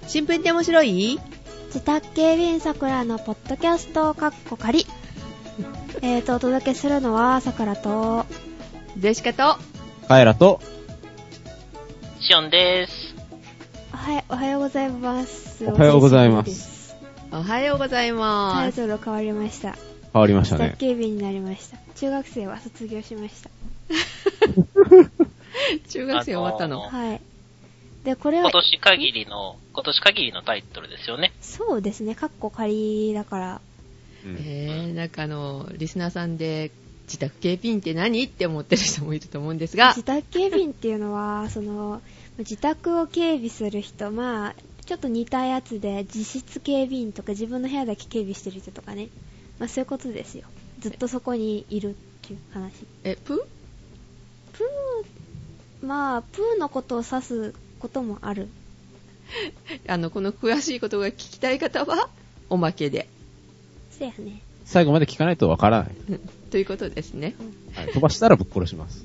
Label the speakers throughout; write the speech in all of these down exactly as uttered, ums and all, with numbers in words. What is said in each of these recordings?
Speaker 1: 新聞って面白い？
Speaker 2: 自宅警備員さくらのポッドキャストかっこ仮。えーと、お届けするのはさくらと、
Speaker 1: ジェシカと、
Speaker 3: カエラと、
Speaker 4: シオンでーす。
Speaker 2: おはよう、おはようございます。
Speaker 3: おはようございます。
Speaker 1: おはようございま
Speaker 2: タイ
Speaker 1: す。
Speaker 2: トル変わりました。
Speaker 3: 変わりましたね
Speaker 2: 自宅。警備員になりました。中学生は卒業しました。
Speaker 1: 中学生終わったの。
Speaker 4: あのー
Speaker 2: はい。で、これは、
Speaker 4: 今年限りの、今年限りのタイトルですよね。
Speaker 2: そうですね、かっこ仮だから。
Speaker 3: うん
Speaker 1: えー、なんかあの、リスナーさんで、自宅警備員って何って思ってる人もいると思うんですが、
Speaker 2: 自宅警備員っていうのは、その、自宅を警備する人、まあ、ちょっと似たやつで、実質警備員とか自分の部屋だけ警備してる人とかね。まあそういうことですよ。ずっとそこにいるっていう話。
Speaker 1: え、プ
Speaker 2: プー、まあ、プーのことを指すこともある。
Speaker 1: あの、この詳しいことが聞きたい方は、おまけで。
Speaker 2: そやね。
Speaker 3: 最後まで聞かないとわからない。
Speaker 1: ということですね。
Speaker 3: はい、飛ばしたらぶっ殺します。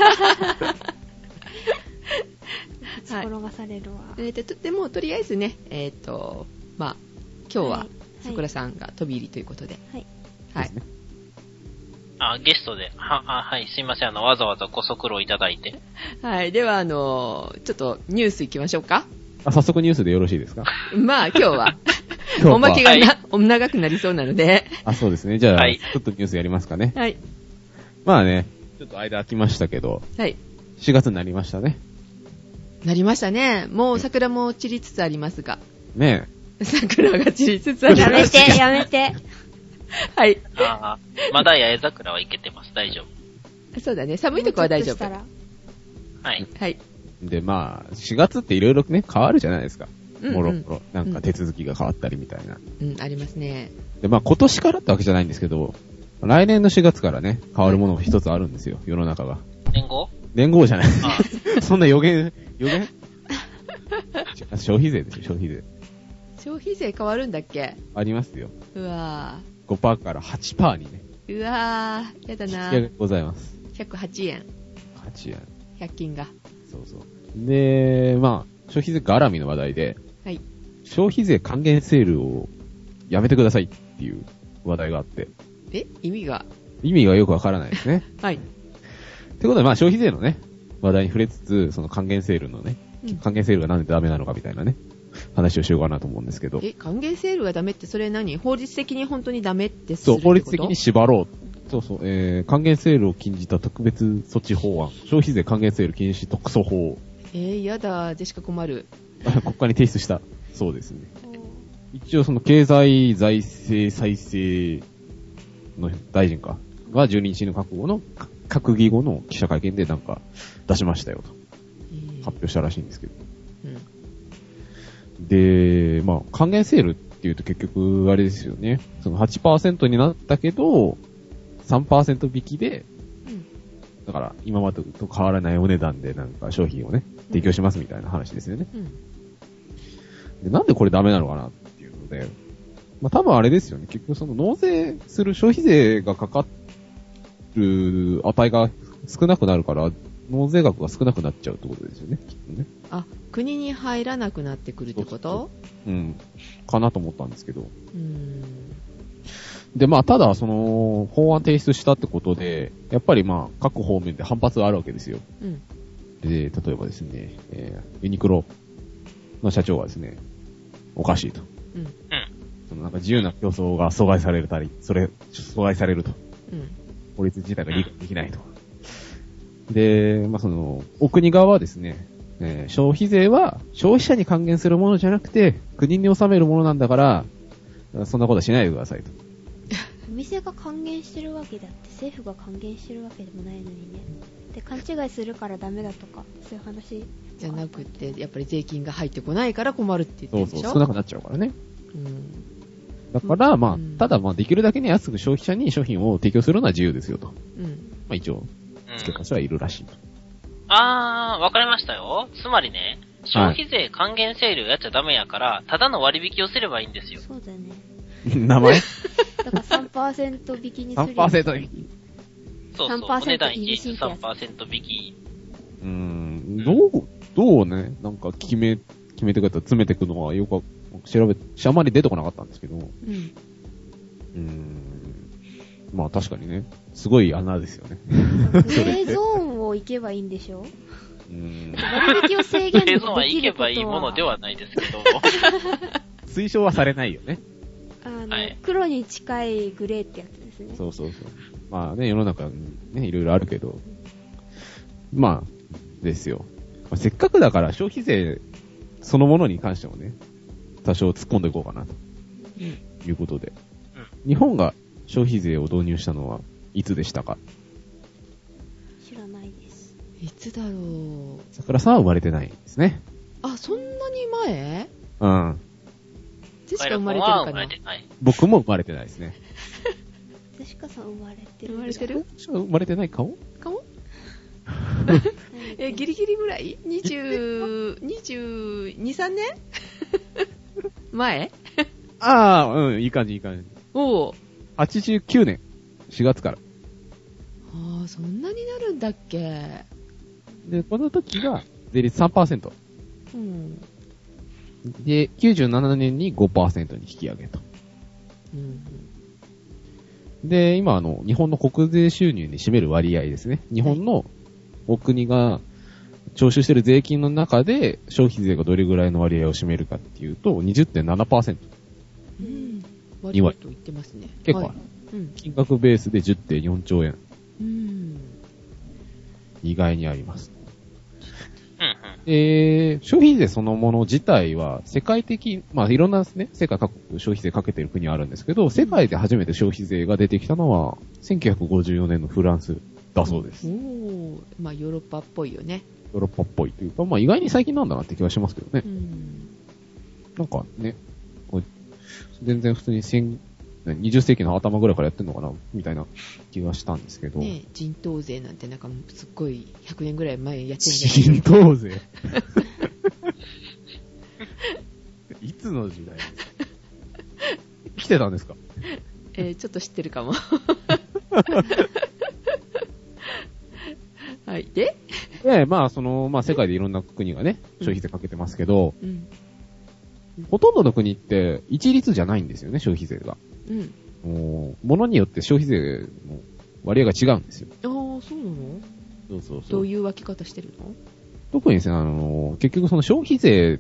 Speaker 2: 打ち転がされるわ。
Speaker 1: えーと、でも、とりあえずね、えっ、と、まあ、今日は、さくらさんが飛び入りということで。
Speaker 2: はい。
Speaker 1: はい。
Speaker 3: ですね。
Speaker 4: あ、ゲストで、は、あ、はい、すいません、あの、わざわざご足労いただいて。
Speaker 1: はい。では、あの、ちょっとニュース行きましょうか。
Speaker 3: あ、早速ニュースでよろしいですか？
Speaker 1: まあ、今日は、
Speaker 3: 今日は
Speaker 1: おまけがな、
Speaker 4: は
Speaker 1: 長くなりそうなので、
Speaker 3: あ、そうですね。じゃあ、
Speaker 4: はい
Speaker 3: ちょっとニュースやりますかね。
Speaker 1: はい。
Speaker 3: まあね、ちょっと間空きましたけど、
Speaker 1: はい。
Speaker 3: しがつになりましたね。
Speaker 1: なりましたね。もう桜も散りつつありますが。
Speaker 3: ね
Speaker 1: 桜が散りつつあり
Speaker 2: や
Speaker 1: ます。
Speaker 2: めて、やめて。
Speaker 1: はい。
Speaker 4: ああ、まだ八重桜はいけてます。大丈
Speaker 1: そうだね。寒いとこは大丈夫。
Speaker 2: もうちょっと
Speaker 4: 夫。はい。
Speaker 1: はい。
Speaker 3: え。で、まあ、しがつっていろいろね、変わるじゃないですか。
Speaker 1: うんうん
Speaker 3: もろもろ。なんか手続きが変わったりみたいな。
Speaker 1: うん、ありますね。
Speaker 3: で、まあ今年からってわけじゃないんですけど、来年のしがつからね、変わるものが一つあるんですよ、世の中が。
Speaker 4: 年号
Speaker 3: 年号じゃない。
Speaker 4: あ
Speaker 3: そんな予言、予言消費税ですよ、消費税。
Speaker 1: 消費税変わるんだっけ？
Speaker 3: ありますよ。
Speaker 1: うわ
Speaker 3: ごパーセントから はちパーセント にね、
Speaker 1: ー。うわー。やだな
Speaker 3: 引き上げございます。
Speaker 1: ひゃくはちえん。
Speaker 3: はちえん。
Speaker 1: ひゃく均が。
Speaker 3: そうそう。で、まあ、消費税絡みの話題で、
Speaker 1: はい。
Speaker 3: 消費税還元セールをやめてくださいっていう話題があって、
Speaker 1: え意味が。
Speaker 3: 意味がよくわからないですね。
Speaker 1: はい。
Speaker 3: ってことで、まあ消費税のね、話題に触れつつ、その還元セールのね、
Speaker 1: うん
Speaker 3: 還元セールがなんでダメなのかみたいなね、話をしようかなと思うんですけど、
Speaker 1: え、還元セールがダメってそれ何？法律的に本当にダメってす
Speaker 3: そう、
Speaker 1: るってこと？
Speaker 3: 法律的に縛ろう。そうそう、えー、還元セールを禁じた特別措置法案、消費税還元セール禁止特措法、
Speaker 1: えー、やだ。ジェシカ困る。
Speaker 3: 国会に提出したそうですね。一応その経済財政再生の大臣かがじゅうににちの覚悟の閣議後の記者会見でなんか出しましたよと
Speaker 1: えー
Speaker 3: 発表したらしいんですけど。
Speaker 1: うん。
Speaker 3: で、まあ還元セールっていうと結局あれですよね。その はちパーセント になったけど さんパーセント 引きで、
Speaker 1: うん。
Speaker 3: だから今までと変わらないお値段でなんか商品をね提供しますみたいな話ですよね。
Speaker 1: うん。
Speaker 3: で、なんでこれダメなのかなっていうので、まあ多分あれですよね。結局その納税する消費税がかかる値が少なくなるから、納税額が少なくなっちゃうってことですよね。きっとね。
Speaker 1: あ、国に入らなくなってくるってこと？
Speaker 3: うん。かなと思ったんですけど。
Speaker 1: うーん。
Speaker 3: で、まあただその法案提出したってことで、やっぱりまあ各方面で反発があるわけですよ。
Speaker 1: うん。
Speaker 3: で、例えばですね、えー、ユニクロの社長はですね、おかしいと。
Speaker 1: うん。
Speaker 4: うん。
Speaker 3: そのなんか自由な競争が阻害されたり、それ、阻害されると。
Speaker 1: うん。
Speaker 3: 法律自体が理解できないと。で、まあその、お国側はですね、えー消費税は消費者に還元するものじゃなくて、国に納めるものなんだから、そんなことはしないでくださいと。
Speaker 2: お店が還元してるわけだって政府が還元してるわけでもないのにね。で、勘違いするからダメだとか、そういう話。
Speaker 1: じゃなくて、やっぱり税金が入ってこないから困るって言って
Speaker 3: そうそう、
Speaker 1: るでしょ？
Speaker 3: 少なくなっちゃうからね。
Speaker 1: うん。
Speaker 3: だから、まあ、
Speaker 1: うん
Speaker 3: ただまあできるだけに安く消費者に商品を提供するのは自由ですよと。
Speaker 1: うん。
Speaker 3: まあ一応、
Speaker 4: うん
Speaker 3: 付け足しはいるらしいと。
Speaker 4: あー、わかりましたよ。つまりね、消費税還元セールやっちゃダメやから、ただの割引をすればいいんですよ。
Speaker 2: そうだね。
Speaker 3: 名前
Speaker 2: だから さんパーセント 引きにする。
Speaker 3: さんパーセント 引き。
Speaker 4: そうそう。
Speaker 2: さんパーセント
Speaker 4: お値段
Speaker 2: イン
Speaker 4: 一律
Speaker 2: シンってやつ
Speaker 4: さんパーセント引き。
Speaker 3: うーん、どう、どうね、なんか決め、決決めてくれたら詰めてくのはよく調べ、あまり出てこなかったんですけど、うん。うーん。まあ確かにね、すごい穴ですよね。
Speaker 2: グレーゾーンを行けばいいんでしょ？うーん。割引を制限できることは。グレーゾーンは行けばいいものではないですけど。
Speaker 3: 推奨はされないよね。
Speaker 2: あの、はい、黒に近いグレーってやつですね。
Speaker 3: そうそうそう。まあね、世の中にね、いろいろあるけど、まあ、ですよ。まあ、せっかくだから消費税そのものに関してもね、多少突っ込んでいこうかなと。うん、いうことで、うん。日本が消費税を導入したのはいつでしたか？
Speaker 2: 知らないです。
Speaker 1: いつだろう。
Speaker 3: 桜さんは生まれてないですね。
Speaker 1: あ、そんなに前？
Speaker 3: うん。
Speaker 1: ジェシカ生まれてるかな？
Speaker 3: 僕も生まれてないですね。
Speaker 2: ジェシカさん生まれてる？
Speaker 1: 生まれてる？
Speaker 3: 生まれてないかも？
Speaker 1: かも？え、ギリギリぐらい？にじゅう、にじゅうに、さんねん前？
Speaker 3: ああ、うん、いい感じ、いい感じ。
Speaker 1: おー。
Speaker 3: はちじゅうきゅうねん、しがつから。
Speaker 1: ああ、そんなになるんだっけ？
Speaker 3: で、この時が税率 さんパーセント。うん。で、きゅうじゅうななねんに ごパーセント に引き上げた。うん、で、今あの、日本の国税収入に占める割合ですね。日本のお国が徴収している税金の中で消費税がどれぐらいの割合を占めるかっていうと にじゅってんななパーセント。
Speaker 1: うん。割合と言ってますね。
Speaker 3: 結構、はい、うん、金額ベースで じゅってんよんちょうえん。うん。意外にあります。えー、消費税そのもの自体は世界的、まあいろんなですね、世界各国消費税かけてる国あるんですけど、世界で初めて消費税が出てきたのはせんきゅうひゃくごじゅうよねんのフランスだそうです。
Speaker 1: おー、まあヨーロッパっぽいよね。
Speaker 3: ヨーロッパっぽいというか、まあ意外に最近なんだなって気はしますけどね。うん、なんかね、全然普通ににじゅっせいきの頭ぐらいからやってんのかなみたいな気がしたんですけど。
Speaker 1: ね、人頭税なんてなんかすっごいひゃくねんぐらい前やってる
Speaker 3: んじゃない人頭税いつの時代ですか？来てたんですか？
Speaker 1: えー、ちょっと知ってるかも。はい。で
Speaker 3: で、まあ、その、まあ、世界でいろんな国がね、消費税かけてますけど、うん、ほとんどの国って一律じゃないんですよね、消費税が。うん。もう、ものによって消費税の割合が違うんですよ。
Speaker 1: ああ、そうなの？
Speaker 3: そうそうそう。
Speaker 1: どういう分け方してるの？
Speaker 3: 特にですね、あの、結局その消費税って、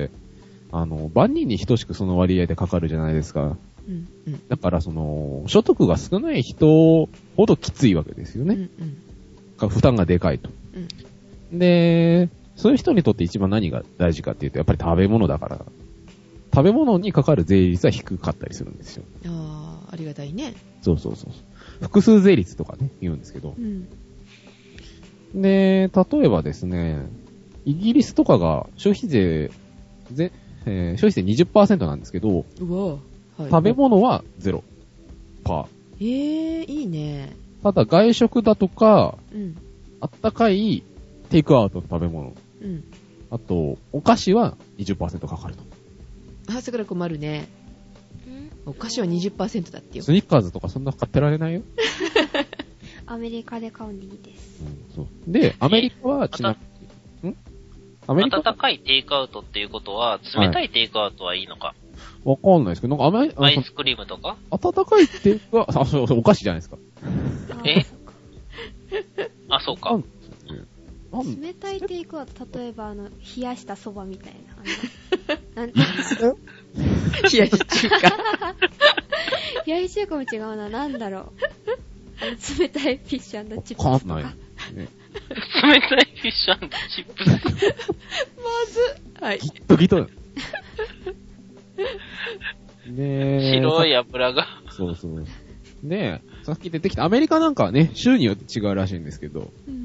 Speaker 3: あの、万人に等しくその割合でかかるじゃないですか。うんうん、だからその、所得が少ない人ほどきついわけですよね。うんうん、負担がでかいと、うん。で、そういう人にとって一番何が大事かっていうと、やっぱり食べ物だから、食べ物にかかる税率は低かったりするんですよ。
Speaker 1: ああ、ありがたいね。
Speaker 3: そうそうそう。複数税率とかね、言うんですけど。うん、で、例えばですね、イギリスとかが消費税、ぜえー、消費税 にじゅっパーセント なんですけど、うわ、はい、食べ物はゼロパー。
Speaker 1: ええー、いいね。
Speaker 3: ただ外食だとか、うん、あったかいテイクアウトの食べ物、うん、あとお菓子は にじゅっパーセント かかると。
Speaker 1: あ、そこら困るね。お菓子は にじゅっパーセント だってよ。
Speaker 3: スニッカーズとかそんな買ってられないよ。
Speaker 2: アメリカで買うんでいいです。
Speaker 3: うん、そうで、アメリカはちなみに、んアメリカ
Speaker 4: 温かいテイクアウトっていうことは、冷たいテイクアウトはいいのか。
Speaker 3: わ、はい、かんないですけど、なんかアメ
Speaker 4: アイスクリームとか
Speaker 3: 温かいテイクアウト、あ、そうそう、お菓子じゃないですか。
Speaker 4: えあ、そうか。
Speaker 2: 冷たいテイクアウト、例えばあの、冷やしたそばみたいな。なん
Speaker 1: 冷やし中華。
Speaker 2: 冷やし中華も違うな。なんだろう。あの冷たいフィッシュ&チップスとか。
Speaker 3: わかんない、ね。
Speaker 4: 冷たいフィッシュ&チップス。ま
Speaker 1: ず、はい。
Speaker 3: ギットギト。ね
Speaker 4: 白い油が。
Speaker 3: そうそう。ねえ、さっき出てきたアメリカなんかはね、州によって違うらしいんですけど、うんうん、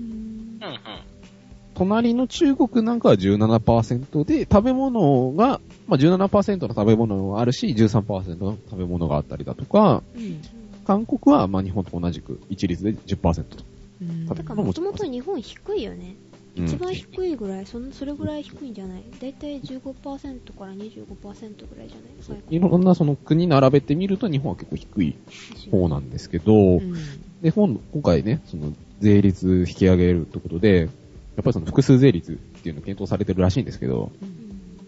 Speaker 3: 隣の中国なんかは じゅうななパーセント で、食べ物が、まあ、じゅうななパーセント の食べ物があるし、じゅうさんパーセント の食べ物があったりだとか、うん、韓国はまあ日本と同じく一律で じゅっパーセント と。
Speaker 2: うん、だからもともと日本低いよね。一番低いぐらい、そのそれぐらい低いんじゃない？だいたい じゅうごパーセント から にじゅうごパーセント ぐらいじゃない？
Speaker 3: いろんなその国並べてみると日本は結構低い方なんですけど、うん、で今回ね、その税率引き上げるってことで、やっぱりその複数税率っていうのを検討されてるらしいんですけど、うん、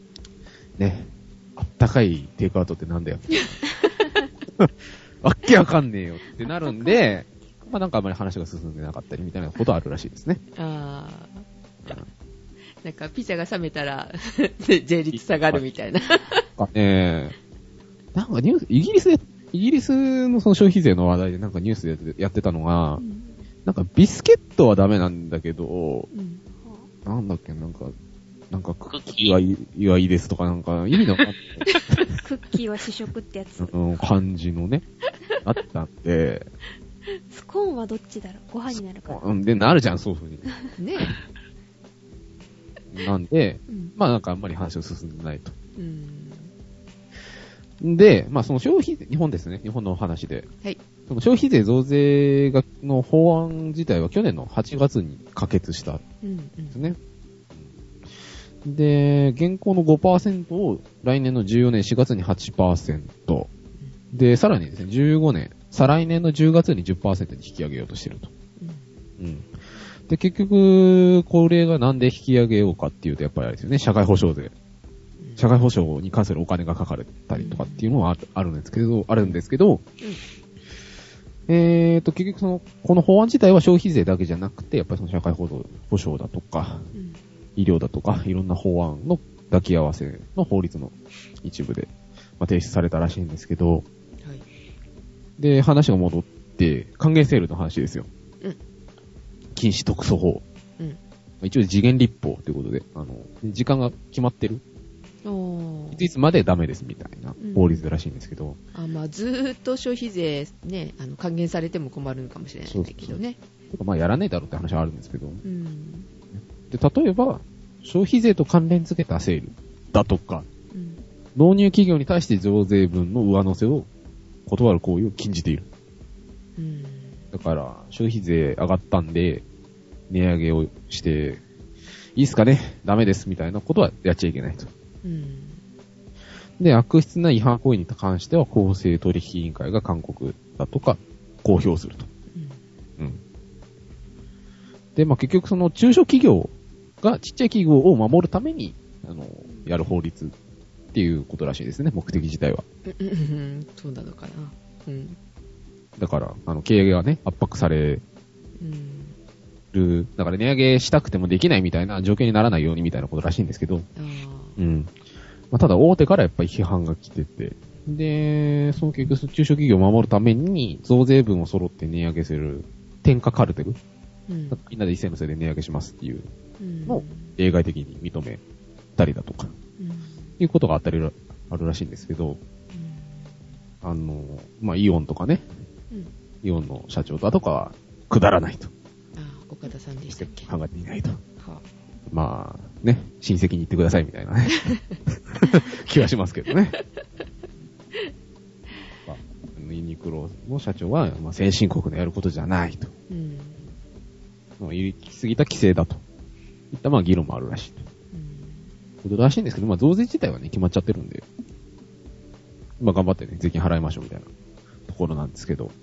Speaker 3: ね、あったかいテイクアウトってなんだよ。わっけわかんねえよってなるんで、まあなんかあんまり話が進んでなかったりみたいなことあるらしいですね。
Speaker 1: ああ。なんかピザが冷めたら税率下がるみたいな。
Speaker 3: あねなんかニュース、イギリスで、イギリスのその消費税の話題でなんかニュースでやってやってたのが、うん、なんかビスケットはダメなんだけど、うん、なんだっけ、なんか、なんかクッキーはいいはいいですとかなんか意味のわかんない。
Speaker 2: クッキーは主食ってやつ。
Speaker 3: うん、感じのね、あったんで。
Speaker 2: スコーンはどっちだろう、ご飯になるから。
Speaker 3: うん、で、なるじゃん、そういう風に。
Speaker 1: ね
Speaker 3: え。なんで、うん、まあなんかあんまり話が進んでないと。うん、で、まあその消費税、日本ですね、日本の話で。はい。その消費税増税がの法案自体は去年のはちがつに可決したんですね。うんうん、で、現行の ごパーセント を来年のじゅうよねんしがつに はちパーセント。で、さらにですね、じゅうごねん、再来年のじゅうがつに じゅっパーセント に引き上げようとしてると。うん。うん。で、結局、これがなんで引き上げようかっていうと、やっぱりあれですよね、社会保障税。社会保障に関するお金がかかるたりとかっていうのはあるんですけど、あるんですけど、うん、えーと、結局その、この法案自体は消費税だけじゃなくて、やっぱりその社会保障だとか、うん、医療だとか、いろんな法案の抱き合わせの法律の一部で、まあ、提出されたらしいんですけど、はい、で、話が戻って、還元セールの話ですよ。うん、禁止特措法。うん、一応次元立法ということで、あの、時間が決まってる。いついつまでダメですみたいな法律らしいんですけど。
Speaker 1: うん、あまあ、ずーっと消費税ね、あの、還元されても困るかもしれないんだけどね。
Speaker 3: そうそうまあ、やらないだろうって話はあるんですけど。うん、で、例えば、消費税と関連付けたセールだとか、うん、納入企業に対して増税分の上乗せを断る行為を禁じている。うん、だから、消費税上がったんで、値上げをして、いいっすかねダメですみたいなことはやっちゃいけないと。うん、で、悪質な違反行為に関しては公正取引委員会が勧告だとか公表すると。うんうん、で、まあ、結局その中小企業がちっちゃい企業を守るために、あの、やる法律っていうことらしいですね、目的自体は。
Speaker 1: うん、そうなのかな。うん、
Speaker 3: だから、あの、経営がね、圧迫される、だから値上げしたくてもできないみたいな状況にならないようにみたいなことらしいんですけど、うん。まあ、ただ大手からやっぱり批判が来てて、で、その結局中小企業を守るために増税分を揃って値上げする転嫁カルテル、うん、みんなで一斉のせいで値上げしますっていうのを例外的に認めたりだとか、うん、いうことがあったりあるらしいんですけど、うん、あの、まあ、イオンとかね、うん、イオンの社長だとかはくだらないと。
Speaker 1: ああ、岡田さんでしたっけ？
Speaker 3: 考えていないと。はあ、まあ、ね、親戚に言ってくださいみたいなね、気はしますけどね。まあ、ユニクロの社長は、まあ、先進国のやることじゃないと。うん。まあ、行き過ぎた規制だと。いったまあ議論もあるらしいと。うん。ことらしいんですけど、まあ増税自体はね、決まっちゃってるんで、まあ頑張ってね、税金払いましょうみたいなところなんですけど。うん、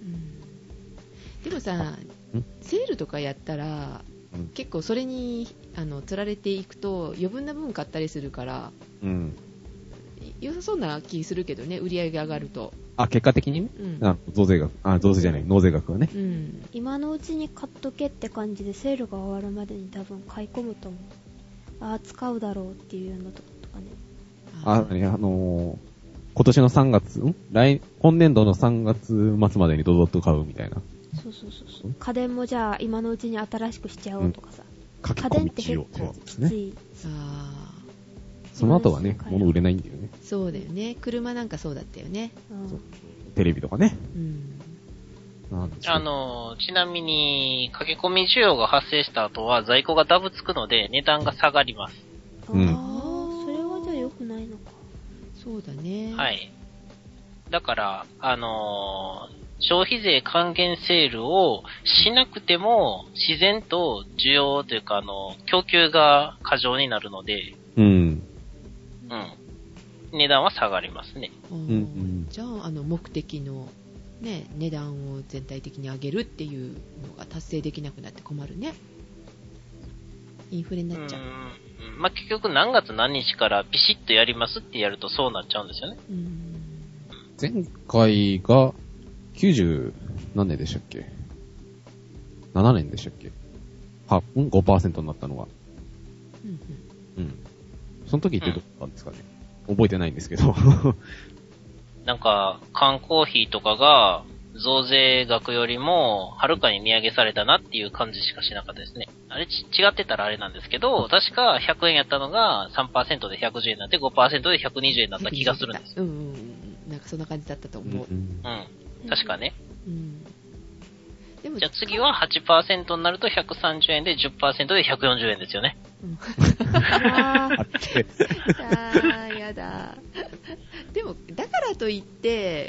Speaker 1: でもさ、セールとかやったら、うん、結構それにあの釣られていくと余分な分買ったりするから、うん、良さそうな気するけどね、売り上げ上がると。
Speaker 3: あ、結果的にね、うん、あ増税額、あ、増税じゃない、納税額はね、
Speaker 2: うん。今のうちに買っとけって感じでセールが終わるまでに多分買い込むと思う。あ、使うだろうっていうようなとことかね。
Speaker 3: あ、ね、あのー、今年のさんがつ、ん来、今年度のさんがつ末までにドドッと買うみたいな。
Speaker 2: そうそうそうそう。家電もじゃあ今のうちに新しくしちゃおうとかさ。うん、家電って結構きつい。ね、あ
Speaker 3: その後はね、物売れないんだよね。
Speaker 1: そうだよね。車なんかそうだったよね。
Speaker 3: うん、テレビとかね。うん、
Speaker 4: なんあの、ちなみに、駆け込み需要が発生した後は在庫がダブつくので値段が下がります。
Speaker 2: うん、ああ、それはじゃあ良くないのか。
Speaker 1: そうだね。
Speaker 4: はい。だから、あのー、消費税還元セールをしなくても自然と需要というかあの供給が過剰になるので、うん、うん、値段は下がりますね。
Speaker 1: うんうん、じゃああの目的のね値段を全体的に上げるっていうのが達成できなくなって困るね。 インフレになっちゃう。
Speaker 4: うん。まあ、結局何月何日からピシッとやりますってやるとそうなっちゃうんですよね。
Speaker 1: うん。
Speaker 3: 前回がきゅうじゅう何年でしたっけ ?なな 年でしたっけは、ん ?ごパーセント になったのが。
Speaker 1: うん、うん。
Speaker 3: うん。その時ってどうだったんですかね、うん、覚えてないんですけど。
Speaker 4: なんか、缶コーヒーとかが、増税額よりも、はるかに値上げされたなっていう感じしかしなかったですね。あれち、違ってたらあれなんですけど、確かひゃくえんやったのが さんパーセント でひゃくじゅうえんになって ごパーセント でひゃくにじゅうえんになった気がするんですよ。
Speaker 1: うんうんうん。なんかそんな感じだったと思う。
Speaker 3: うん。
Speaker 4: うん。確かね。
Speaker 1: うん。でも
Speaker 4: じゃあ次は はちパーセント になるとひゃくさんじゅうえんで じゅっパーセント でひゃくよんじゅうえんですよね。
Speaker 1: うん。
Speaker 2: あ
Speaker 1: あー、やだ。でも、だからといって、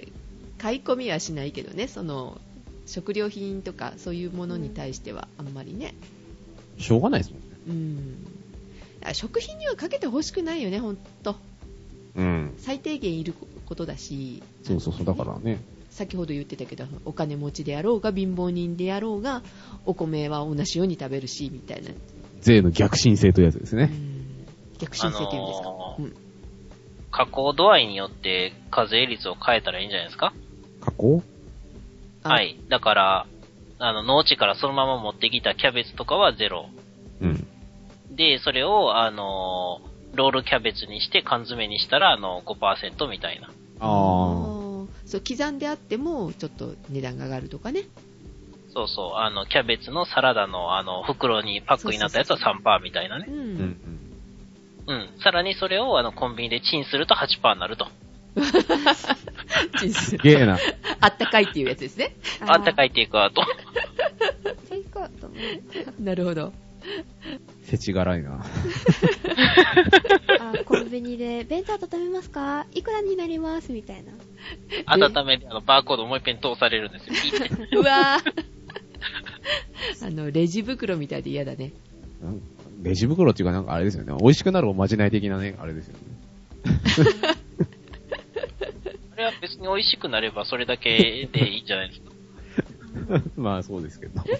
Speaker 1: 買い込みはしないけどね、その、食料品とかそういうものに対してはあんまりね。
Speaker 3: しょうがないですもんね。
Speaker 1: うん。食品にはかけてほしくないよね、ほんと。
Speaker 3: うん。
Speaker 1: 最低限いることだし。
Speaker 3: そうそうそう、だからね。
Speaker 1: 先ほど言ってたけど、お金持ちであろうが貧乏人であろうが、お米は同じように食べるし、みたいな。
Speaker 3: 税の逆進性というやつですね。
Speaker 1: うん。逆進性というんですか。
Speaker 4: あのー
Speaker 1: うん。
Speaker 4: 加工度合いによって課税率を変えたらいいんじゃないですか？
Speaker 3: 加工
Speaker 4: はい。だから、あの、農地からそのまま持ってきたキャベツとかはゼロ。
Speaker 3: うん。
Speaker 4: で、それを、あの、ロールキャベツにして缶詰にしたら、あの、ごパーセント みたいな。
Speaker 3: ああ。
Speaker 1: そう刻んであってもちょっと値段が上がるとかね。
Speaker 4: そうそう、あの、キャベツのサラダの、あの、袋にパックになったやつは さんパーセント みたいなね。
Speaker 1: うん。
Speaker 3: うん
Speaker 4: うん。さらにそれを、あの、コンビニでチンすると はちパーセント になると。
Speaker 3: すげえな。
Speaker 1: あったかいっていうやつですね。
Speaker 4: あったかいテイクアウト。
Speaker 2: テイクアウトね。
Speaker 1: なるほど。
Speaker 3: せちがらいな。
Speaker 2: あ、コンビニで、弁当温めますか？いくらになりますみたいな。
Speaker 4: 温めて、あの、バーコードもう一遍通されるんですよ。ピーって
Speaker 1: うわぁ。あの、レジ袋みたいで嫌だね。
Speaker 3: レジ袋っていうかなんかあれですよね。美味しくなるおまじない的なね、あれですよね。
Speaker 4: それは別に美味しくなればそれだけでいいんじゃないですか。
Speaker 3: まあそうですけど。
Speaker 1: はい、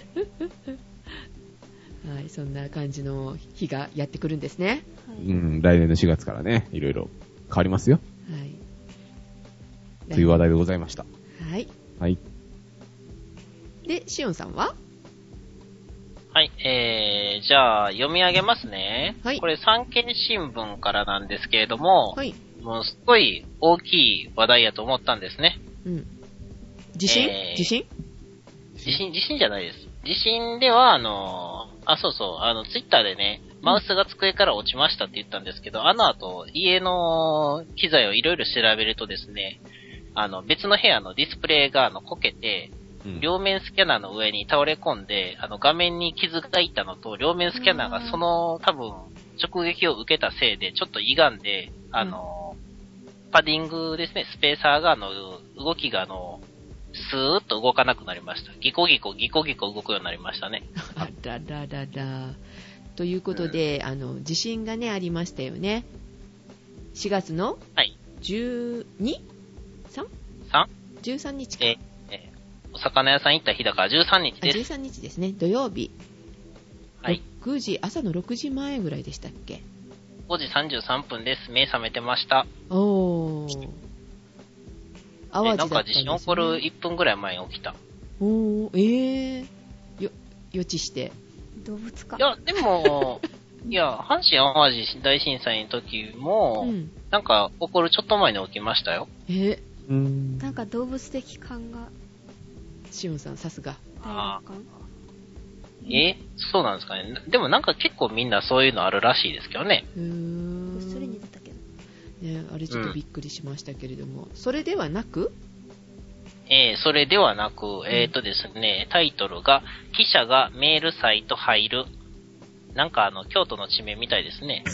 Speaker 1: そんな感じの日がやってくるんですね。
Speaker 2: はい、
Speaker 3: うん、来年のしがつからね、いろいろ変わりますよ。
Speaker 1: はい。
Speaker 3: という話題でございました。
Speaker 1: はい。
Speaker 3: はい。
Speaker 1: で、しおんさんは？
Speaker 4: はい、えー、じゃあ読み上げますね。
Speaker 1: はい。
Speaker 4: これ産経新聞からなんですけれども、
Speaker 1: はい。
Speaker 4: もうすごい大きい話題やと思ったんですね。
Speaker 1: うん。地震？
Speaker 4: えー
Speaker 1: 地震？
Speaker 4: 地震、地震じゃないです。地震では、あの、あ、そうそう、あの、ツイッターでね、マウスが机から落ちましたって言ったんですけど、あの後、家の機材をいろいろ調べるとですね、あの、別の部屋のディスプレイが、あの、こけて、
Speaker 3: うん、
Speaker 4: 両面スキャナーの上に倒れ込んで、あの、画面に傷がいったのと、両面スキャナーがその、多分、直撃を受けたせいで、ちょっと歪んで、あの、うん、パディングですね、スペーサーが、あの、動きが、あの、スーッと動かなくなりました。ギコギコ、ギコギコ動くようになりましたね。
Speaker 1: あらららら。ということで、うん、あの、地震がね、ありましたよね。しがつの
Speaker 4: はい。
Speaker 1: じゅうに？さん？
Speaker 4: さん？
Speaker 1: じゅうさんにちか。
Speaker 4: えー、えー、お魚屋さん行った日だからじゅうさんにちです。
Speaker 1: じゅうさんにちですね、土曜日。
Speaker 4: はい。
Speaker 1: ろくじ、朝のろくじまえぐらいでしたっけ？
Speaker 4: ごじさんじゅうさんぷんです。目覚めてました。
Speaker 1: おー。淡路だったんですね。
Speaker 4: なんか地震起こるいっぷんぐらい前に起きた。
Speaker 1: おー、えー。よ、予知して。
Speaker 2: 動物か。
Speaker 4: いや、でも、いや、阪神淡路大震災の時も、うん、なんか起こるちょっと前に起きましたよ。
Speaker 1: え
Speaker 3: ー、うん
Speaker 2: なんか動物的感が。
Speaker 1: しおんさん、さすが。
Speaker 4: ああ。えそうなんですかね。でもなんか結構みんなそういうのあるらしいですけどね。
Speaker 1: うーん。
Speaker 2: それに出たけど。
Speaker 1: ね、あれちょっとびっくりしましたけれども、うん、それではなく
Speaker 4: えー、それではなく、えっ、ー、とですね、タイトルが、記者がメールサイト入る。なんかあの、京都の地名みたいですね。え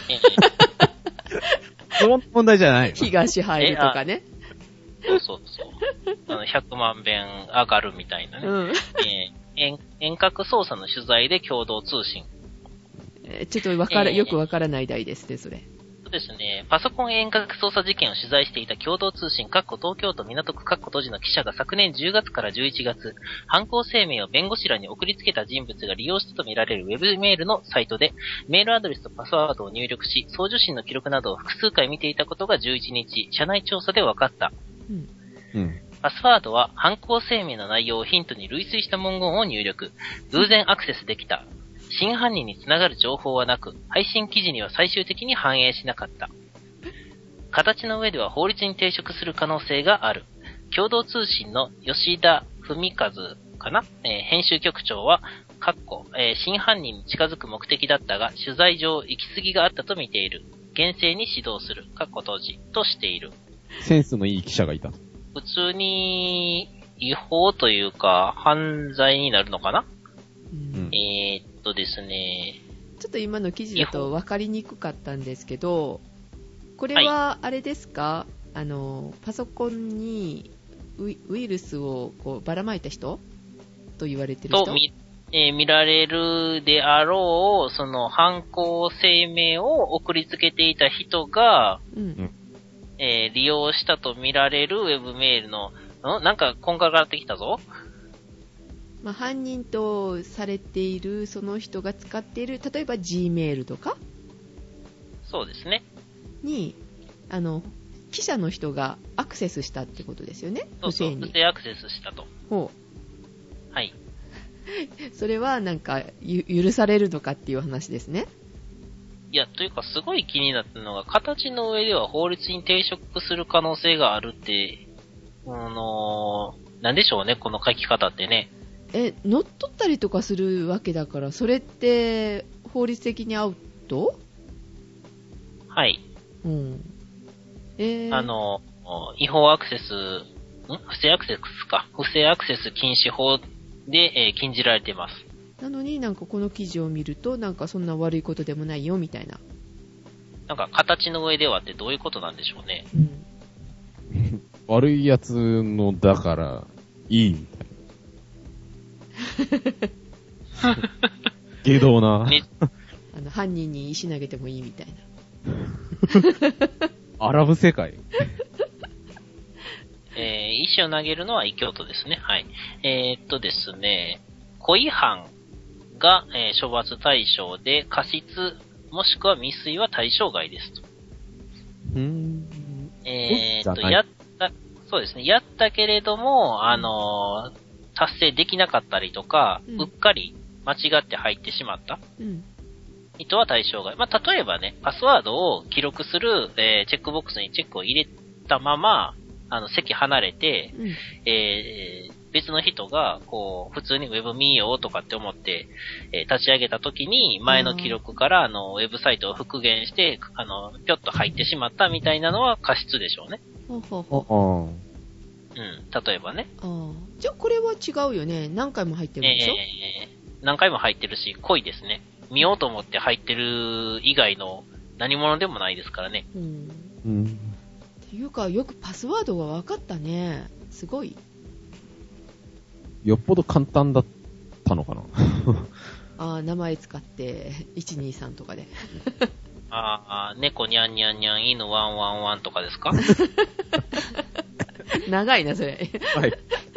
Speaker 3: ー、その問題じゃない。
Speaker 1: 東入るとかね。
Speaker 4: そうそうそう。あの、ひゃくまんべん上がるみたいなね。うん、えー遠, 遠隔操作の取材で共同通信。
Speaker 1: えー、ちょっとわから、えー、よくわからない題ですね、それ。
Speaker 4: そうですね、パソコン遠隔操作事件を取材していた共同通信、東京都港区都市の記者が昨年じゅうがつからじゅういちがつ、犯行声明を弁護士らに送りつけた人物が利用したとみられるウェブメールのサイトで、メールアドレスとパスワードを入力し、送受信の記録などを複数回見ていたことがじゅういちにち、社内調査で分かった。
Speaker 1: うん
Speaker 3: うん。
Speaker 4: パスワードは犯行声明の内容をヒントに類推した文言を入力。偶然アクセスできた。真犯人につながる情報はなく、配信記事には最終的に反映しなかった。形の上では法律に抵触する可能性がある。共同通信の吉田文和かな、えー、編集局長は、かっこ、えー、真犯人に近づく目的だったが、取材上行き過ぎがあったと見ている。厳正に指導する。かっこ閉じ。としている。
Speaker 3: センスのいい記者がいた。
Speaker 4: 普通に違法というか、犯罪になるのかな、
Speaker 1: うん、
Speaker 4: えー、っとですね。
Speaker 1: ちょっと今の記事だと分かりにくかったんですけど、これはあれですか、はい、あのパソコンにウ イ, ウイルスをこうばらまいた人と言われてる人
Speaker 4: と 見,、えー、見られるであろう、その犯行声明を送りつけていた人が、うんえー、利用したと見られるウェブメールの、んなんかこんがらがってきたぞ。
Speaker 1: まあ、犯人とされているその人が使っている、例えば G メールとか
Speaker 4: そうですね
Speaker 1: にあの記者の人がアクセスしたってことですよね。
Speaker 4: そうそう、
Speaker 1: 不正に
Speaker 4: 不正アクセスしたと。
Speaker 1: ほ
Speaker 4: うはい
Speaker 1: それはなんか許されるのかっていう話ですね。
Speaker 4: いや、というかすごい気になったのが、形の上では法律に抵触する可能性があるって、あのー、なんでしょうね、この書き方ってね。
Speaker 1: え、乗っ取ったりとかするわけだから、それって法律的にアウト？
Speaker 4: はい。
Speaker 1: うん。えー、
Speaker 4: あの、違法アクセス、ん不正アクセスか。不正アクセス禁止法で、えー、禁じられています。
Speaker 1: なのになんかこの記事を見ると、なんかそんな悪いことでもないよみたいな。
Speaker 4: なんか形の上ではってどういうことなんでしょうね。
Speaker 1: うん、
Speaker 3: 悪いやつのだからいいみたいな。下道な。ね、
Speaker 1: あの犯人に石投げてもいいみたいな。
Speaker 3: アラブ世界。
Speaker 4: えー、石を投げるのは異教徒ですね。はい。えー、っとですね、故意犯が、えー、処罰対象で、過失もしくは未遂は対象外ですと。
Speaker 3: うーん。
Speaker 4: えー、っと、やった、そうですね、やったけれども、あのー、達成できなかったりとか、うん、うっかり間違って入ってしまった。うん人は対象外。まあ、例えばね、パスワードを記録する、えー、チェックボックスにチェックを入れたまま、あの、席離れて、うん、えー、別の人が、こう、普通にウェブ見ようとかって思って、えー、立ち上げた時に、前の記録から、あの、ウェブサイトを復元して、あの、ぴょっと入ってしまったみたいなのは過失でしょうね。
Speaker 1: ほうほうほ
Speaker 4: う。うん、例えばね。
Speaker 1: あじゃあ、これは違うよね。何回も入ってるんでしょ？
Speaker 4: えー、何回も入ってるし、濃いですね。見ようと思って入ってる以外の何者でもないですからね。うん。
Speaker 3: うん、
Speaker 1: っていうか、よくパスワードが分かったね。すごい。
Speaker 3: よっぽど簡単だったのかな。
Speaker 1: ああ、名前使って、いちにさんとかで。
Speaker 4: ああ、猫にゃんにゃんにゃん、犬ワンワンワンとかですか？
Speaker 1: 長いな、それ。
Speaker 3: はい。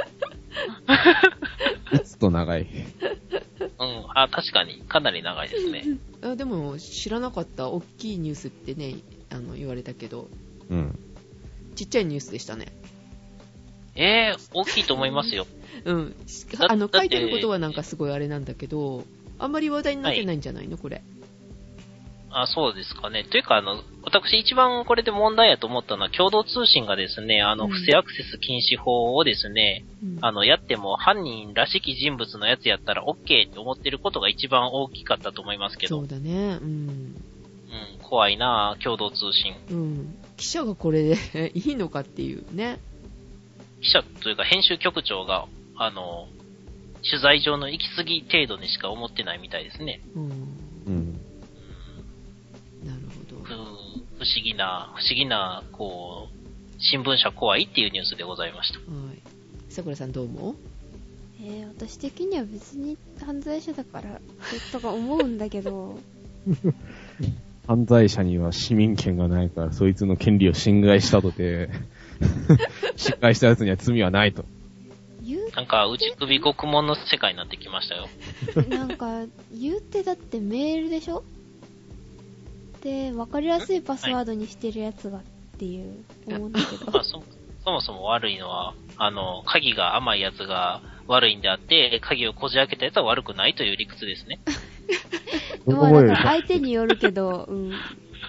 Speaker 3: いつと長い。
Speaker 4: うん、あ、確かに、かなり長いですね。
Speaker 1: あでも、知らなかった大きいニュースってね、あの、言われたけど、
Speaker 3: うん。
Speaker 1: ちっちゃいニュースでしたね。
Speaker 4: えー、大きいと思いますよ。
Speaker 1: うん。あの、書いてることはなんかすごいあれなんだけど、あんまり話題になってないんじゃないの、はい、これ。
Speaker 4: あ、そうですかね。というか、あの、私一番これで問題やと思ったのは、共同通信がですね、あの、うん、不正アクセス禁止法をですね、うん、あの、やっても犯人らしき人物のやつやったら OK って思ってることが一番大きかったと思いますけど。
Speaker 1: そうだね。うん。うん、
Speaker 4: 怖いなぁ、共同通信。
Speaker 1: うん。記者がこれでいいのかっていうね。
Speaker 4: 記者というか編集局長が、あの、取材上の行き過ぎ程度にしか思ってないみたいですね。
Speaker 1: うん。
Speaker 3: うん
Speaker 1: なるほど。
Speaker 4: 不思議な、不思議な、こう、新聞社怖いっていうニュースでございました。
Speaker 1: はい。さくらさんどう思う？
Speaker 2: えー、私的には別に犯罪者だから、とか思うんだけど、
Speaker 3: 犯罪者には市民権がないから、そいつの権利を侵害したとて、侵害した奴には罪はないと。
Speaker 4: なんか、内首獄門の世界になってきましたよ。
Speaker 2: なんか、言うてだってメールでしょで、わかりやすいパスワードにしてるやつがっていう思うんだけど。
Speaker 4: まあ、そ、そもそも悪いのは、あの、鍵が甘いやつが悪いんであって、鍵をこじ開けたやつは悪くないという理屈ですね。
Speaker 2: まあ、だから相手によるけど、うん。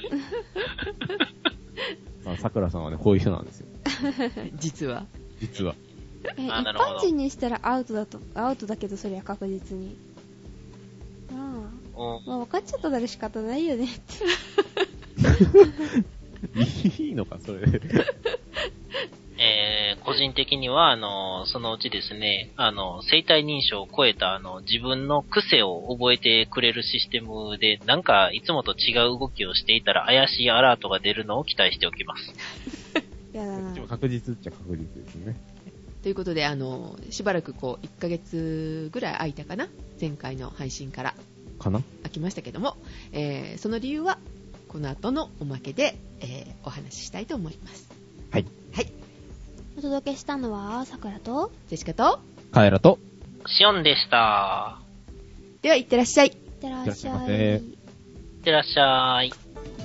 Speaker 3: まあ、桜さんはね、こういう人なんですよ。
Speaker 1: 実は。
Speaker 3: 実は。
Speaker 2: え、一般人にしたらアウトだと、アウトだけどそりゃ確実に。まあ、まあ分かっちゃったなら仕方ないよねって。
Speaker 3: いいのか、それ。
Speaker 4: えー、個人的には、あの、そのうちですね、あの、生体認証を超えた、あの、自分の癖を覚えてくれるシステムで、なんか、いつもと違う動きをしていたら、怪しいアラートが出るのを期待しておきます。
Speaker 2: やだな。
Speaker 3: 確実っちゃ確実ですね。
Speaker 1: ということで、あの、しばらくこう、いっかげつぐらい空いたかな、前回の配信から。
Speaker 3: かな
Speaker 1: 空きましたけども、えー、その理由は、この後のおまけで、えー、お話ししたいと思います。
Speaker 3: はい。
Speaker 1: はい。
Speaker 2: お届けしたのは、さくらと、
Speaker 1: ジェシカと、
Speaker 3: カエラと、
Speaker 4: シオンでした。
Speaker 1: では、いってらっしゃい。いっ
Speaker 2: てらっしゃい。
Speaker 3: い
Speaker 4: いってらっしゃい。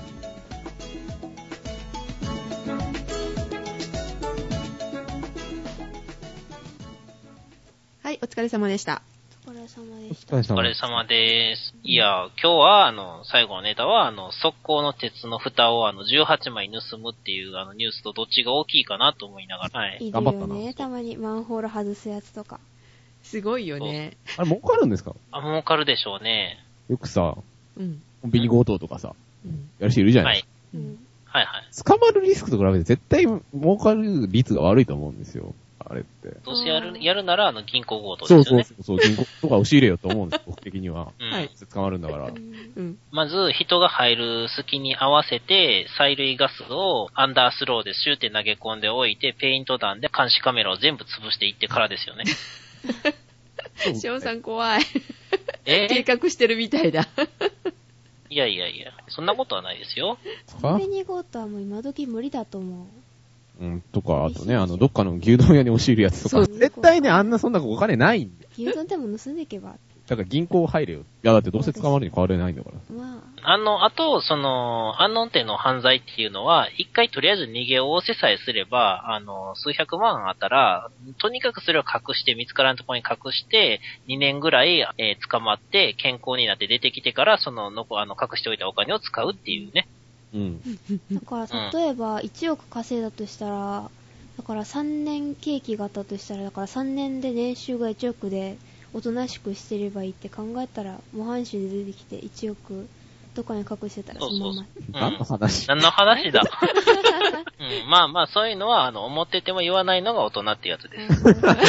Speaker 1: はい、お疲れ様でした。
Speaker 2: お疲れ様でした。
Speaker 3: お
Speaker 4: お疲れ様です。いや、今日は、あの、最後のネタは、あの、速攻の鉄の蓋を、あの、じゅうはちまい盗むっていう、あの、ニュースとどっちが大きいかなと思いながら。はい。
Speaker 2: いる
Speaker 3: 頑張ったな
Speaker 2: よね、たまにマンホール外すやつとか。
Speaker 1: すごいよね。
Speaker 3: あれ、儲かるんですか？
Speaker 4: あ、儲かるでしょうね。
Speaker 3: よくさ、
Speaker 1: うん。
Speaker 3: コンビニ強盗とかさ、
Speaker 1: うん。
Speaker 3: やる人いるじゃな
Speaker 4: はいい。
Speaker 3: ですか。
Speaker 1: う
Speaker 2: うんん。
Speaker 4: はいはい。
Speaker 3: 捕まるリスクと比べて絶対儲かる率が悪いと思うんですよ。あれって。
Speaker 4: どうせやる、やるなら、あの、銀行強盗
Speaker 3: そう
Speaker 4: ですよね。
Speaker 3: そうそう、銀行とか押し入れよと思うんですよ、僕的には。
Speaker 4: うん。
Speaker 1: はい。
Speaker 3: 捕まるんだから。
Speaker 1: うん。
Speaker 4: まず、人が入る隙に合わせて、催涙ガスをアンダースローでシューって投げ込んでおいて、ペイント弾で監視カメラを全部潰していってからですよね。
Speaker 1: しおんさん怖い。
Speaker 4: え
Speaker 1: 計画してるみたいだ。
Speaker 4: いやいやいや、そんなことはないですよ。
Speaker 2: コンビニ強盗はもう今時無理だと思う。
Speaker 3: うん、とか、あとね、あの、どっかの牛丼屋に押し入るやつとか。
Speaker 1: そう
Speaker 3: 絶対ね、あんなそんなお金ないんで。
Speaker 2: 牛丼でも盗んでいけば。
Speaker 3: だから銀行入れよ。いや、だってどうせ捕まるに変われないんだから。
Speaker 2: ま
Speaker 4: あの、あと、その、安納店の犯罪っていうのは、一回とりあえず逃げおおせさえすれば、あの、数百万あったら、とにかくそれを隠して、見つからんところに隠して、にねんぐらい、えー捕まって、健康になって出てきてから、その、のこ、あの、隠しておいたお金を使うっていうね。
Speaker 3: うん。
Speaker 2: あ。だから例えばいちおく稼いだとしたら、だからさんねん刑期があったとしたら、だからさんねんで年収がいちおくで、おとなしくしてればいいって考えたら、模範囚で出てきていちおくどこに隠してたらそのまま。
Speaker 3: 何の話？
Speaker 4: 何の話だうん、まあまあ、そういうのは、あの、思ってても言わないのが大人ってやつです。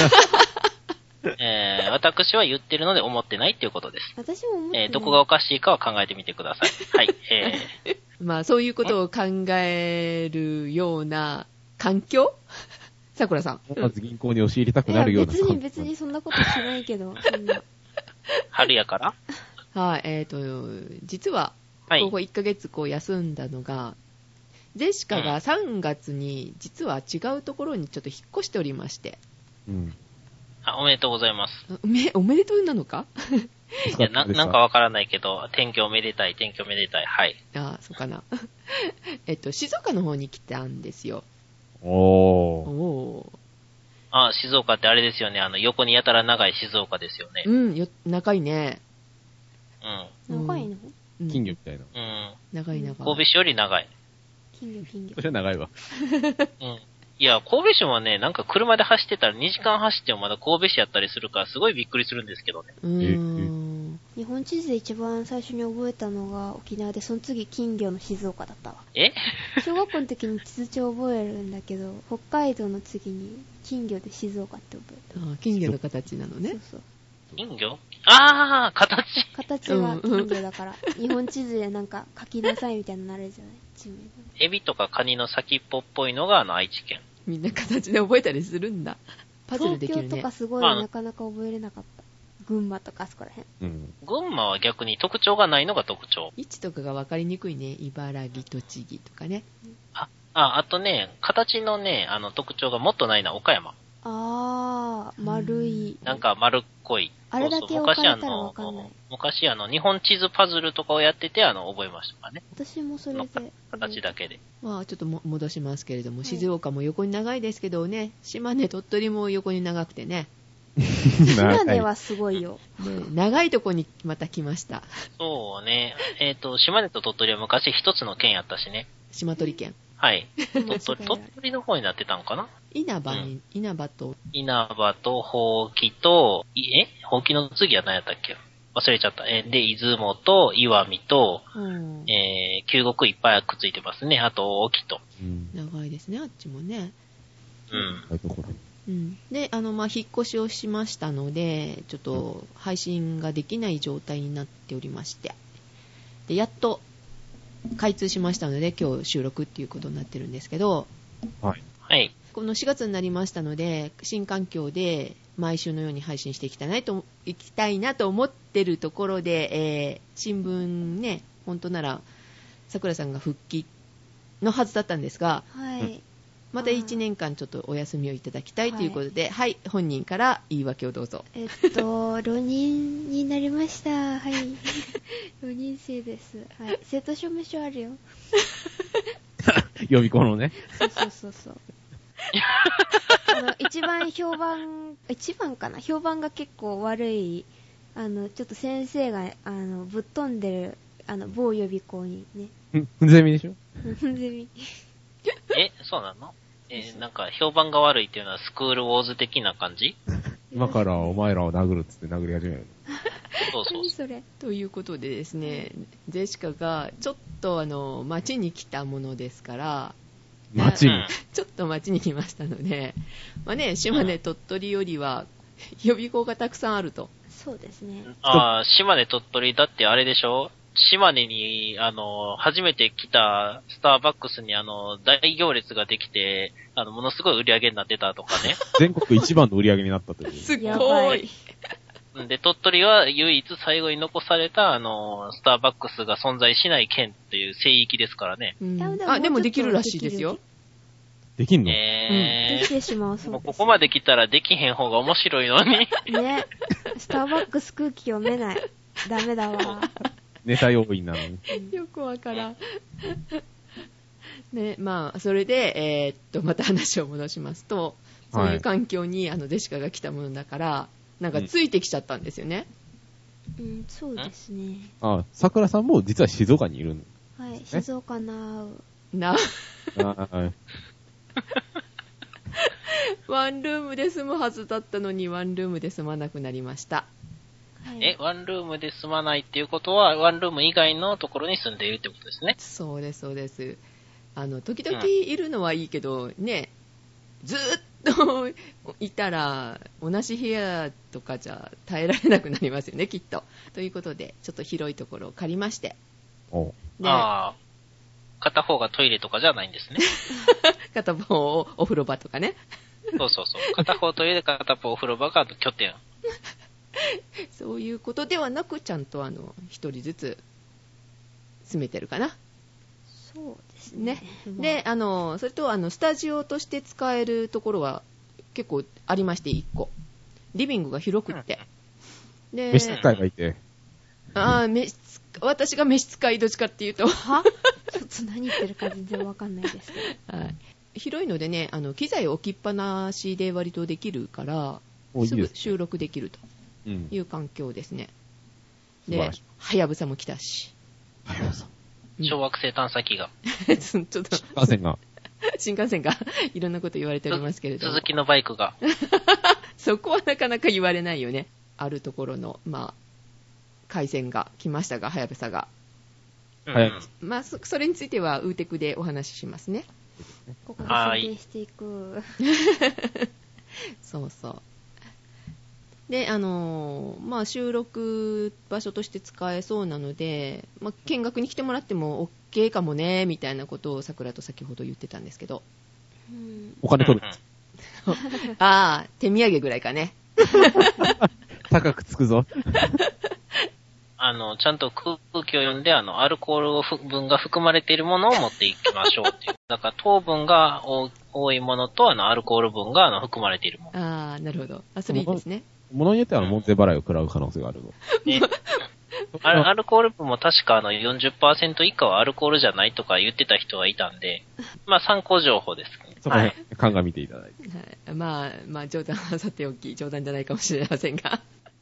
Speaker 4: えー、私は言ってるので思ってないっていうことです。
Speaker 2: 私も思ってない。
Speaker 4: えー、どこがおかしいかは考えてみてください。はい。えー、
Speaker 1: まあ、そういうことを考えるような環境さくらさん。
Speaker 3: まず銀行に押し入りたくなるような。
Speaker 2: いや別に別にそんなことしないけど、そんな。
Speaker 4: 春やから
Speaker 1: はい、えっと、実は、
Speaker 4: はい。
Speaker 1: ここいっかげつこう休んだのが、ジェシカがさんがつに実は違うところにちょっと引っ越しておりまして。
Speaker 3: うん。
Speaker 4: あ、おめでとうございます。
Speaker 1: おめ、おめでとうなのか
Speaker 4: いや、な、なんかわからないけど、転居おめでたい、転居おめでたい、はい。
Speaker 1: ああ、そうかな。えっと、静岡の方に来たんですよ。
Speaker 3: おー。
Speaker 1: おー。
Speaker 4: あ、静岡ってあれですよね、あの、横にやたら長い静岡ですよね。
Speaker 1: うん、よ、長いね。
Speaker 4: うん。
Speaker 2: 長いの、
Speaker 1: うん、
Speaker 3: 金魚みたいな。
Speaker 4: うん。
Speaker 1: 長い長い。
Speaker 4: 神戸市より長い。
Speaker 2: 金魚金魚
Speaker 3: そ。れは長いわ。
Speaker 4: うん。いや、神戸市もね、なんか車で走ってたらにじかん走ってもまだ神戸市やったりするからすごいびっくりするんですけどね。
Speaker 1: うーん。
Speaker 2: 日本地図で一番最初に覚えたのが沖縄で、その次金魚の静岡だったわ。
Speaker 4: え
Speaker 2: 小学校の時に地図帳覚えるんだけど、北海道の次に金魚で静岡って覚えた。
Speaker 1: あ金魚の形なのね。
Speaker 2: そうそう。
Speaker 4: 金魚あー、形
Speaker 2: 形は金魚だから、日本地図でなんか書きなさいみたいになるじゃない地名が。
Speaker 4: エビとかカニの先っぽっぽいのがあの愛知県。
Speaker 1: みんな形で覚えたりするんだ。パズルできるね。
Speaker 2: 東京とかすごい
Speaker 4: まあ
Speaker 2: なかなか覚えれなかった。 群馬とかあそこら辺。
Speaker 3: うん。
Speaker 4: 群馬は逆に特徴がないのが特徴。
Speaker 1: 位置とかが分かりにくいね。茨城、栃木とかね。
Speaker 4: あ、あ、あとね、形のね、あの特徴がもっとないな、岡山。
Speaker 2: あー、丸い。
Speaker 4: なんか丸っこい。
Speaker 2: あれだけ置かれたらわかんない。
Speaker 4: 昔あの、日本地図パズルとかをやってて、あの、覚えましたからね。
Speaker 2: 私もそれで。
Speaker 4: 形だけで。
Speaker 1: まあ、ちょっとも戻しますけれども、はい、静岡も横に長いですけどね、島根、鳥取も横に長くてね。
Speaker 2: 島根はすごいよ。
Speaker 1: ね、長いとこにまた来ました。
Speaker 4: そうね。えっ、ー、と、島根と鳥取は昔一つの県やったしね。
Speaker 1: 島取県。
Speaker 4: はい。鳥取、鳥取の方になってたのかな？
Speaker 1: 稲葉に、
Speaker 4: うん、
Speaker 1: 稲葉と。
Speaker 4: 稲葉と、ほうきと、えほうきの次は何やったっけ？忘れちゃった。えで、出雲と、岩見と、うん、えー、旧国いっぱいくっついてますね。あと、大木と。
Speaker 1: うん、長いですね、あっちもね。
Speaker 4: うん。
Speaker 1: うん、で、あの、まあ、引っ越しをしましたので、ちょっと配信ができない状態になっておりまして、で、やっと開通しましたので、今日収録っていうことになってるんですけど、
Speaker 3: はい。
Speaker 4: はい。
Speaker 1: このしがつになりましたので、新環境で毎週のように配信していきたいなと、いきたいなと思ってるところで、えー、新聞ね、本当なら、桜さんが復帰のはずだったんですが、
Speaker 2: はい。
Speaker 1: またいちねんかんちょっとお休みをいただきたいということで、はい、はい、本人から言い訳をどうぞ。
Speaker 2: えっと、浪人になりました。はい。浪人生です。はい。生徒証明書あるよ。
Speaker 3: 予備校のね。
Speaker 2: そうそうそうそう。あの、一番評判、一番かな評判が結構悪い、あの、ちょっと先生が、あの、ぶっ飛んでる、あの、某予備校にね。
Speaker 3: ふんゼミでしょ？
Speaker 2: ふんゼミ。
Speaker 4: え、そうなの？えー、なんか評判が悪いっていうのはスクールウォーズ的な感じ？
Speaker 3: 今からお前らを殴るっつって殴り始める。
Speaker 4: そうそう
Speaker 2: それ。
Speaker 1: ということでですね、ジェシカがちょっとあの町に来たものですから、
Speaker 3: 町に
Speaker 1: ちょっと町に来ましたので、まあね、島根鳥取よりは予備校がたくさんあると。
Speaker 2: そうですね。
Speaker 4: ああ、島根鳥取だってあれでしょ？島根に、あの、初めて来たスターバックスに、あの、大行列ができて、あの、ものすごい売り上げになってたとかね。
Speaker 3: 全国一番の売り上げになったという。
Speaker 1: すごい。
Speaker 4: で、鳥取は唯一最後に残された、あの、スターバックスが存在しない県という聖域ですからね。
Speaker 1: うん、あ、でもできるらしいですよ。
Speaker 3: できんの？
Speaker 4: えー、
Speaker 2: できてしまうそうです。
Speaker 4: もうここまで来たらできへん方が面白いのに。
Speaker 2: ね。スターバックス空気読めない。ダメだわ。
Speaker 3: ネタ要員なのに。
Speaker 1: よくわからん。ね、まあ、それで、えー、っと、また話を戻しますと、そういう環境に、はい、あの、デシカが来たものだから、なんかついてきちゃったんですよね。
Speaker 2: うん、うん、そうですね。
Speaker 3: あ、桜さんも実は静岡にいるの。
Speaker 2: はい、静岡な
Speaker 1: う。な。
Speaker 3: はい。
Speaker 1: ワンルームで住むはずだったのに、ワンルームで住まなくなりました。
Speaker 4: え、ワンルームで住まないっていうことは、ワンルーム以外のところに住んでいるってことですね。
Speaker 1: そうです、そうです。あの、時々いるのはいいけど、うん、ね、ずーっといたら、同じ部屋とかじゃ耐えられなくなりますよね、きっと。ということで、ちょっと広いところを借りまして。
Speaker 3: お
Speaker 4: ああ。片方がトイレとかじゃないんですね。
Speaker 1: 片方をお風呂場とかね。
Speaker 4: そうそうそう。片方トイレ、片方お風呂場が拠点。
Speaker 1: そういうことではなく、ちゃんとあの一人ずつ住めてるかな。
Speaker 2: そうですね。
Speaker 1: ね。で、あのそれとあのスタジオとして使えるところは結構ありまして、いっこリビングが広くって、
Speaker 3: うん、で召使いがいて、
Speaker 1: ああ、召私が召使いどっちかっていうと、
Speaker 2: はちょっと何言ってるか全然わかんないですけど、はい、
Speaker 1: 広いのでね、あの機材置きっぱなしで割とできるからすぐ収録できるという環境ですね。うん、で、はやぶさも来たし。
Speaker 3: はやぶさ。
Speaker 4: 小惑星探査機が。
Speaker 1: ちょっと。
Speaker 3: 新幹線が。
Speaker 1: 新幹線が。いろんなこと言われておりますけれども。
Speaker 4: 鈴木のバイクが。
Speaker 1: そこはなかなか言われないよね。あるところの、まあ、回線が来ましたが、はやぶさが。
Speaker 4: うん。
Speaker 1: まあ、そ, それについては、ウーテクでお話ししますね。
Speaker 2: ここで宣伝していく。
Speaker 1: そうそう。で、あのー、まあ、収録場所として使えそうなので、まあ、見学に来てもらっても OK かもね、みたいなことを桜と先ほど言ってたんですけど。
Speaker 2: うん、
Speaker 3: お金取る。
Speaker 1: ああ、手土産ぐらいかね。
Speaker 3: 高くつくぞ。
Speaker 4: あの、ちゃんと空気を読んで、あの、アルコール分が含まれているものを持っていきましょうっていう。だから糖分が多いものと、あの、アルコール分があの含まれているもの。
Speaker 1: ああ、なるほど。あ、それいいですね。
Speaker 3: ものによっては門税払いを食らう可能性があるの。
Speaker 4: ね、アル、アルコール分も確かあの よんじゅっパーセント 以下はアルコールじゃないとか言ってた人がいたんで、まあ参考情報です。
Speaker 3: そこね、鑑みていただいて。
Speaker 1: はい、まあ、まあ冗談はさておき、冗談じゃないかもしれませんが。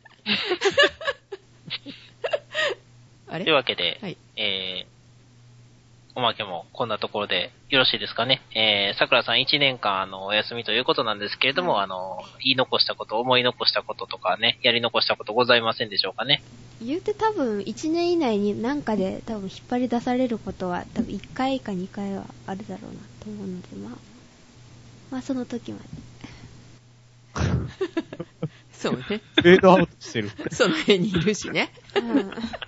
Speaker 1: あれ
Speaker 4: というわけで、
Speaker 1: はい、
Speaker 4: えー、おまけもこんなところでよろしいですかね。えー、桜さんいちねんかんあのお休みということなんですけれども、あの、言い残したこと、思い残したこととかね、やり残したことございませんでしょうかね。
Speaker 2: 言うて多分いちねん以内に何かで多分引っ張り出されることは多分いっかいかにかいはあるだろうなと思うので、まあ、まあその時まで。
Speaker 1: そうね。
Speaker 3: フェードアウトしてる。
Speaker 1: その辺にいるしね。
Speaker 2: うん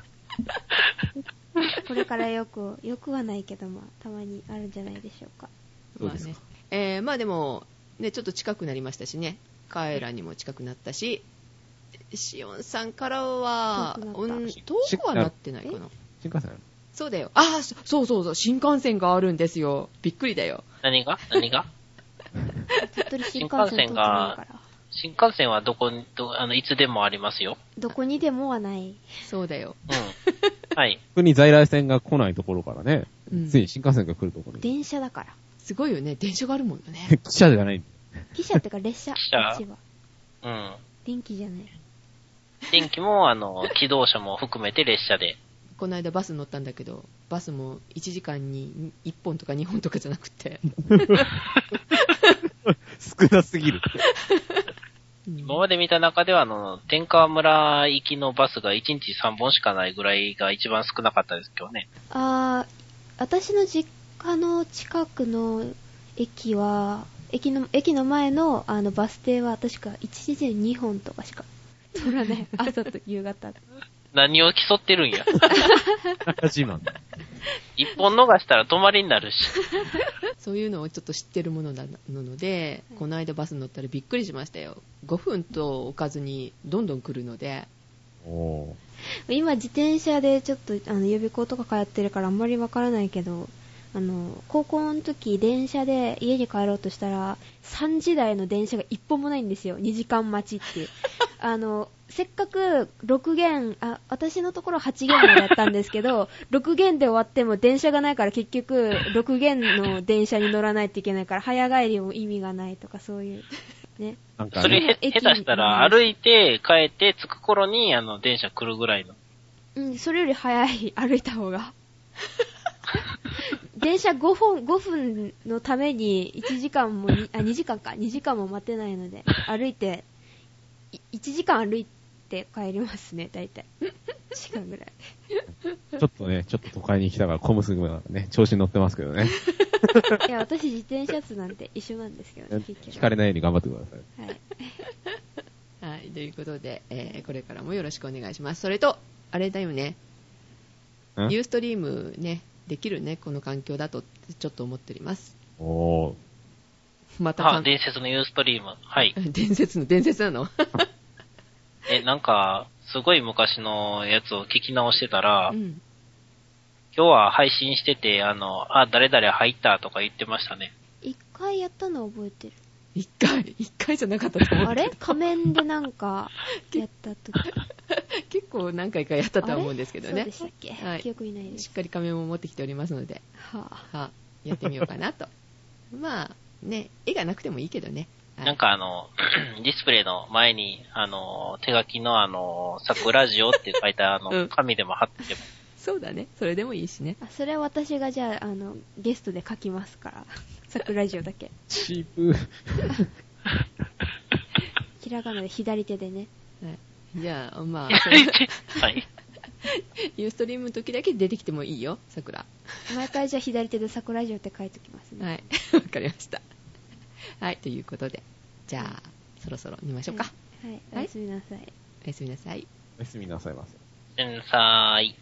Speaker 2: これからよく、よくはないけど、まあ、たまにあるんじゃないでしょうか。
Speaker 1: まあね。えー、まあでも、ね、ちょっと近くなりましたしね。カエラにも近くなったし、シオンさんからは、
Speaker 2: 遠くなった
Speaker 1: うん、遠くはなってないかな。
Speaker 3: 新幹線ある？
Speaker 1: そうだよ。ああ、そうそうそう、新幹線があるんですよ。びっくりだよ。
Speaker 4: 何が何が
Speaker 2: 鳥取新幹線通ってないから。
Speaker 4: 新幹線はどこに、ど、あの、いつでもありますよ。
Speaker 2: どこにでもはない。
Speaker 1: そうだよ。
Speaker 4: うん。はい。
Speaker 3: 特に在来線が来ないところからね、
Speaker 1: うん、
Speaker 3: ついに新幹線が来るところに。
Speaker 2: 電車だから。
Speaker 1: すごいよね。電車があるもんね。
Speaker 3: 汽車じゃない。
Speaker 2: 汽車ってか列車。
Speaker 4: 汽車。
Speaker 2: 列車
Speaker 4: うん。
Speaker 2: 電気じゃない。
Speaker 4: 電気も、あの、機動車も含めて列車で。
Speaker 1: この間バス乗ったんだけど、バスもいちじかんにいっぽんとかにほんとかじゃなくて。
Speaker 3: 少なすぎる。
Speaker 4: 今まで見た中では、あの、天川村行きのバスがいちにちさんぼんしかないぐらいが一番少なかったですけどね。
Speaker 2: あー、私の実家の近くの駅は、駅の、駅の前のあのバス停は確かいちにちににほんとかしか取らない。朝と夕方。
Speaker 4: 何を競ってるんや。
Speaker 3: 自慢。
Speaker 4: 一本逃したら止まりになるし。
Speaker 1: そういうのをちょっと知ってるものなので、この間バス乗ったらびっくりしましたよ。ごふんと置かずにどんどん来るので。
Speaker 3: お
Speaker 2: 今自転車でちょっとあの予備校とか通ってるからあんまりわからないけど、あの高校の時電車で家に帰ろうとしたらさんじ台の電車がいっぽんもないんですよ。にじかん待ちっていう。あのせっかくろく限、あ、私のところはち限までやったんですけど、ろく限で終わっても電車がないから結局ろく限の電車に乗らないといけないから早帰りも意味がないとかそういうね。
Speaker 3: なんか
Speaker 4: それへ、下手したら歩いて帰って着く頃にあの電車来るぐらいの。
Speaker 2: うん、それより早い、歩いた方が。電車ごふん、ごふんのためにいちじかんも、あ、にじかんか、にじかんも待てないので、歩いて、いちじかん歩いて帰りますね、大体。いちじかんぐらい。
Speaker 3: ちょっとね、ちょっと都会に来たからコムスがね、調子に乗ってますけどね。
Speaker 2: いや、私自転車通なんて一緒なんですけどね、結局。
Speaker 3: 聞かれないように頑張ってください。
Speaker 1: はい。はい、ということで、えー、これからもよろしくお願いします。それと、あれだよね。ユーストリームね、できるね、この環境だとちょっと思っております。
Speaker 3: おー。
Speaker 1: また
Speaker 4: あ、伝説のユーストリーム。はい。
Speaker 1: 伝説の伝説なの
Speaker 4: え、なんか、すごい昔のやつを聞き直してたら、
Speaker 1: うん、
Speaker 4: 今日は配信してて、あの、あ、誰々入ったとか言ってましたね。
Speaker 2: 一回やったの覚えてる。
Speaker 1: 一回一回じゃなかったと思う。
Speaker 2: あれ仮面でなんか、やったとき。
Speaker 1: 結構何回かやったとは思うんですけどね。
Speaker 2: そうでしたっけ、
Speaker 1: はい、
Speaker 2: 記憶にないです。
Speaker 1: しっかり仮面も持ってきておりますので、
Speaker 2: はあ、
Speaker 1: はあ、やってみようかなと。まあ、ね、絵がなくてもいいけどね。はい、
Speaker 4: なんかあの、ディスプレイの前に、あの、手書きのあの、桜ジオって書いたあの、うん、紙でも貼っても。
Speaker 1: そうだね。それでもいいしね。
Speaker 2: あ、それは私がじゃあ、あの、ゲストで書きますから。桜ジオだけ。
Speaker 3: チープ。
Speaker 2: ひらがなで左手でね。
Speaker 1: はい、じゃあ、まあ、
Speaker 4: はい。
Speaker 1: ユーストリームの時だけ出てきてもいいよ、桜。
Speaker 2: 毎回じゃあ左手で桜ジオって書いておきますね。
Speaker 1: はい。わかりました。はい、ということで、じゃあ、そろそろ寝ましょうか。
Speaker 2: はい。はい、おやすみなさい。
Speaker 1: おやすみなさい。
Speaker 3: おやすみなさいませ。
Speaker 4: おやすみなさい。